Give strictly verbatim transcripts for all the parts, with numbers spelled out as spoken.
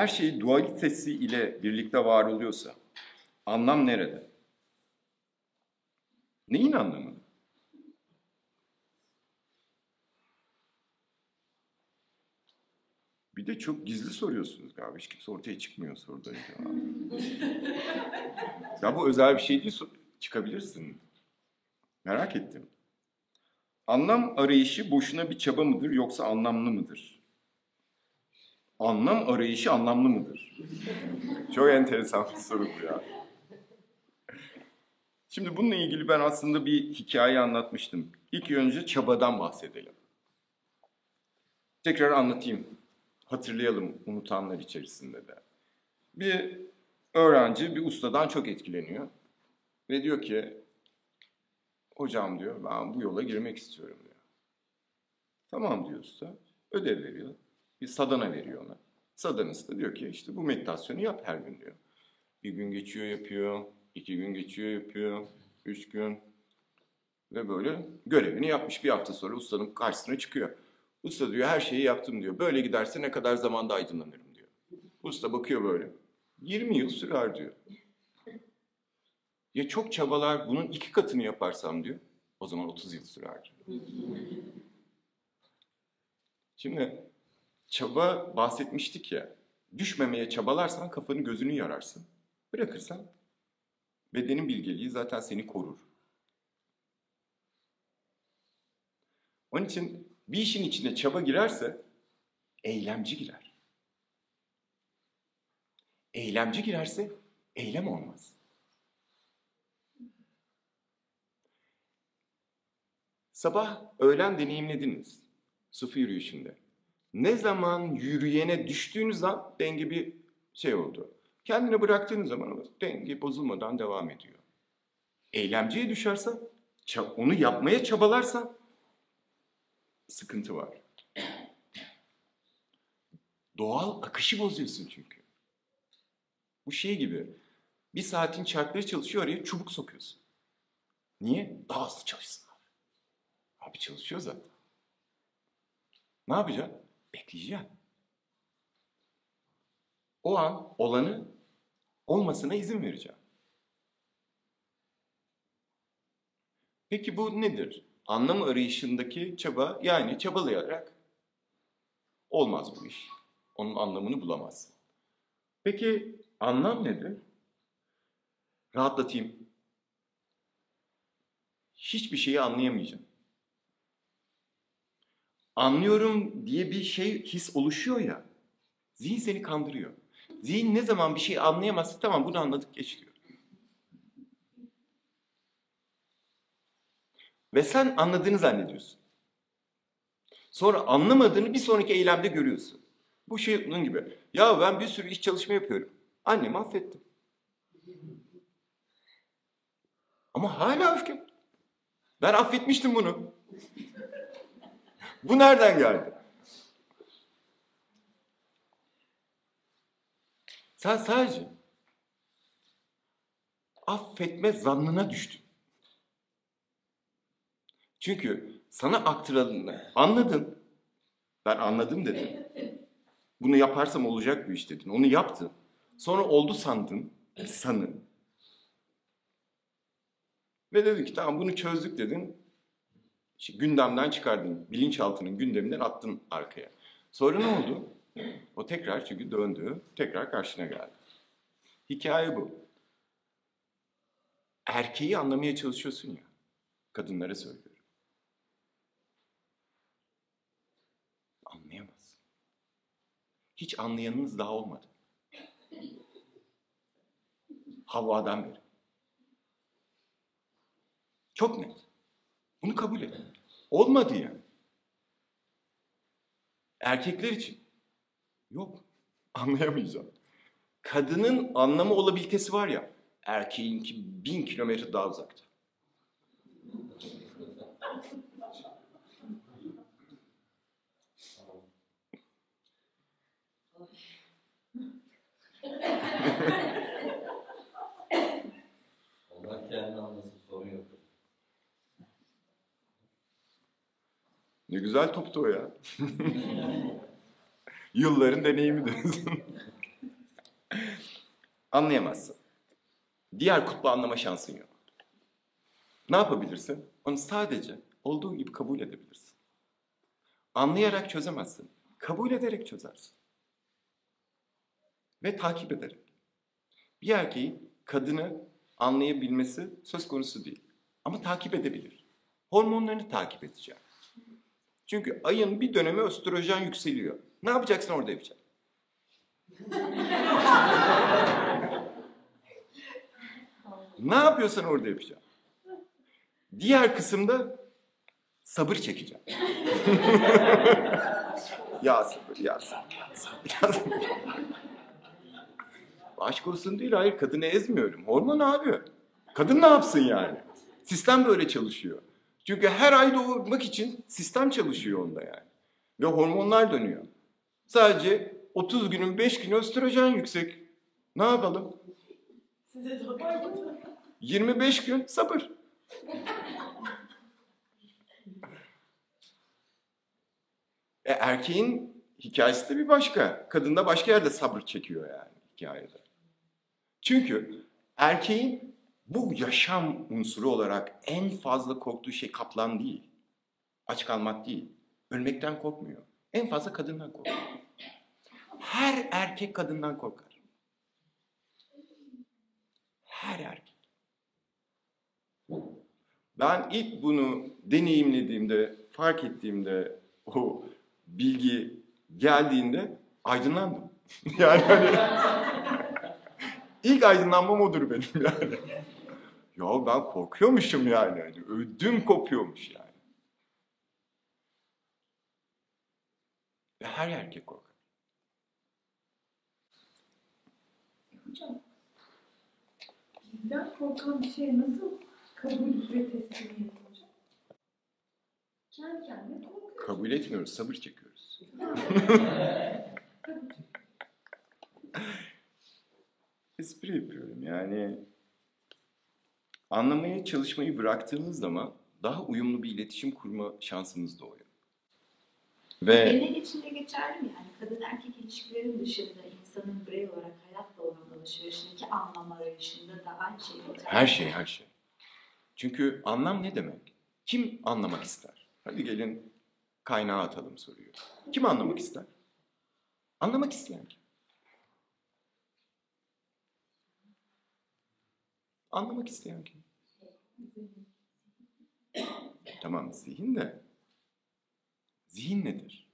her şey dualitesi ile birlikte var oluyorsa anlam nerede? Neyin anlamı? Bir de çok gizli soruyorsunuz galiba. Hiç kimse ortaya çıkmıyor soruları cevabı. Ya bu özel bir şey değil, çıkabilirsin. Merak ettim. Anlam arayışı boşuna bir çaba mıdır yoksa anlamlı mıdır? Anlam arayışı anlamlı mıdır? Çok enteresan bir soru bu ya. Şimdi bununla ilgili ben aslında bir hikaye anlatmıştım. İlk önce çabadan bahsedelim. Tekrar anlatayım. Hatırlayalım unutanlar içerisinde de. Bir öğrenci bir ustadan çok etkileniyor. Ve diyor ki, hocam diyor, ben bu yola girmek istiyorum diyor. Tamam diyor usta. Ödev veriyor. Bir sadana veriyor ona. Sadanası da diyor ki işte bu meditasyonu yap her gün diyor. Bir gün geçiyor yapıyor. iki gün geçiyor yapıyor. Üç gün. Ve böyle görevini yapmış. Bir hafta sonra ustanın karşısına çıkıyor. Usta diyor her şeyi yaptım diyor. Böyle giderse ne kadar zamanda aydınlanırım diyor. Usta bakıyor böyle. yirmi yıl sürer diyor. Ya çok çabalar bunun iki katını yaparsam diyor. O zaman otuz yıl sürer diyor. Şimdi çaba bahsetmiştik ya. Düşmemeye çabalarsan kafanı gözünü yararsın. Bırakırsan bedenin bilgeliği zaten seni korur. Onun için bir işin içine çaba girerse eylemci girer. Eylemci girerse eylem olmaz. Sabah, öğlen deneyimlediniz. Sufi yürüyüşünde. Ne zaman yürüyene düştüğünüz an denge bir şey oldu. Kendine bıraktığınız zaman denge bozulmadan devam ediyor. Eylemciye düşersen, onu yapmaya çabalarsan sıkıntı var. Doğal akışı bozuyorsun çünkü. Bu şey gibi. Bir saatin çarkları çalışıyor, oraya çubuk sokuyorsun. Niye? Daha hızlı çalışsınlar. Abi çalışıyor zaten. Ne yapacaksın? Bekleyeceksin. O an olanı olmasına izin vereceğim. Peki bu nedir? Anlam arayışındaki çaba, yani çabalayarak olmaz bu iş. Onun anlamını bulamazsın. Peki anlam nedir? Rahatlatayım. Hiçbir şeyi anlayamayacaksın. Anlıyorum diye bir şey, his oluşuyor ya, zihin seni kandırıyor. Zihin ne zaman bir şey anlayamazsa tamam bunu anladık geç diyor. Ve sen anladığını zannediyorsun. Sonra anlamadığını bir sonraki eylemde görüyorsun. Bu şey bunun gibi. Ya ben bir sürü iş çalışma yapıyorum. Annemi affettim. Ama hala öfkem. Ben affetmiştim bunu. Bu nereden geldi? Sen sadece affetme zannına düştün. Çünkü sana aktarıldığını anladın. Ben anladım dedin. Bunu yaparsam olacak bir iş dedin. Onu yaptın. Sonra oldu sandın. Sanın. Ve dedin ki tamam bunu çözdük dedin. İşte gündemden çıkardın. Bilinçaltının gündeminden attın arkaya. Sonra ne oldu? O tekrar çünkü döndü. Tekrar karşına geldi. Hikaye bu. Erkeği anlamaya çalışıyorsun ya. Kadınlara söylüyorum. Anlayamaz. Hiç anlayanınız daha olmadı. Havva'dan beri. Çok net. Bunu kabul et. Olmadı yani. Erkekler için. Yok. Anlayamayacağım. Kadının anlamı olabilitesi var ya, erkeğinki bin kilometre daha uzakta. Allah kendi anlasın, sorun yok. Ne güzel toptu o ya. Yılların deneyimi diyorsun. Anlayamazsın. Diğer kutbu anlama şansın yok. Ne yapabilirsin? Onu sadece olduğu gibi kabul edebilirsin. Anlayarak çözemezsin. Kabul ederek çözersin. Ve takip ederek. Bir erkeğin kadını anlayabilmesi söz konusu değil. Ama takip edebilir. Hormonlarını takip edeceğim. Çünkü ayın bir dönemi östrojen yükseliyor. Ne yapacaksın orada yapacaksın? Ne yapıyorsan orada yapacaksın. Diğer kısımda sabır çekeceğim. ya sabır, ya sabır, ya sabır, ya sabır. Aşk olsun değil, hayır, kadını ezmiyorum. Hormon abi. Kadın ne yapsın yani? Sistem böyle çalışıyor. Çünkü her ay doğurmak için sistem çalışıyor onda yani. Ve hormonlar dönüyor. Sadece otuz günün beş günü östrojen yüksek. Ne yapalım? yirmi beş gün sabır. E, erkeğin hikayesi de bir başka. Kadın da başka yerde sabır çekiyor yani hikayede. Çünkü erkeğin bu yaşam unsuru olarak en fazla korktuğu şey kaplan değil. Aç kalmak değil. Ölmekten korkmuyor. En fazla kadından korkuyor. Her erkek kadından korkar. Her erkek. Ben ilk bunu deneyimlediğimde, fark ettiğimde, o bilgi geldiğinde aydınlandım. yani hani ilk aydınlanmam odur benim yani. Ya ben korkuyormuşum yani. yani. Ödüm kopuyormuş yani. Ve her erkek korkar. Hocam, bizden korkan bir şey nasıl kabul ve teslimiyet hocam? Kendi kendine korkuyor. Kabul etmiyoruz, sabır çekiyoruz. Espri yapıyorum yani. Anlamaya çalışmayı bıraktığımız zaman daha uyumlu bir iletişim kurma şansımız doğuyor. Ve Genel içinde geçerli mi? Yani kadın erkek ilişkilerin dışında insanın birey olarak hayatla olan alışverişindeki anlam arayışında da aynı şey geçerli. her şey, her şey. Çünkü anlam ne demek? Kim anlamak ister? Hadi gelin kaynağa atalım soruyu. Kim anlamak ister? Anlamak isteyen kim? Anlamak isteyen kim? Tamam, zihin de. Zihin nedir?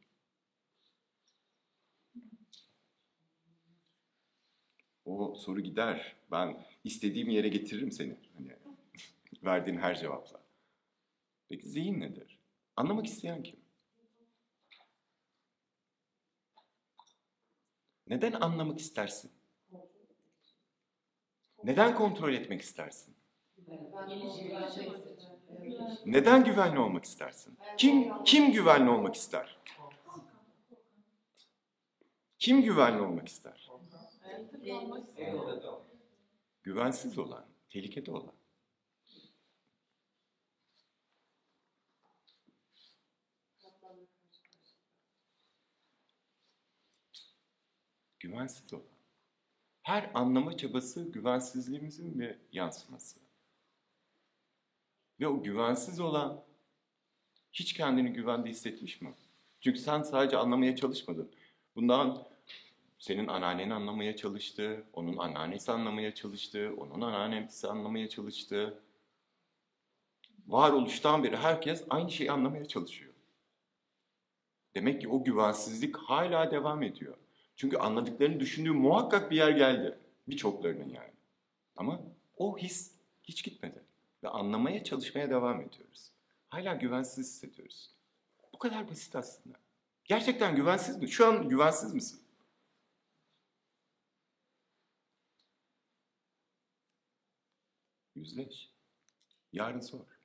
O soru gider. Ben istediğim yere getiririm seni. Hani verdiğin her cevapla. Peki zihin nedir? Anlamak isteyen kim? Neden anlamak istersin? Neden kontrol etmek istersin? Neden güvenli olmak istersin? Kim kim güvenli olmak ister? Kim güvenli olmak ister? Güvensiz olan, tehlikede olan. Güvensiz olan. Her anlama çabası güvensizliğimizin bir yansıması. Ve o güvensiz olan hiç kendini güvende hissetmiş mi? Çünkü sen sadece anlamaya çalışmadın. Bundan senin anneannen anlamaya çalıştı, onun anneannesi anlamaya çalıştı, onun anneannesi anlamaya çalıştı. Varoluştan beri herkes aynı şeyi anlamaya çalışıyor. Demek ki o güvensizlik hala devam ediyor. Çünkü anladıklarını düşündüğü muhakkak bir yer geldi. Birçoklarının yani. Ama o his hiç gitmedi. Ve anlamaya çalışmaya devam ediyoruz. Hala güvensiz hissediyoruz. Bu kadar basit aslında. Gerçekten güvensiz mi? Şu an güvensiz misin? Yüzleş. Yarın sor.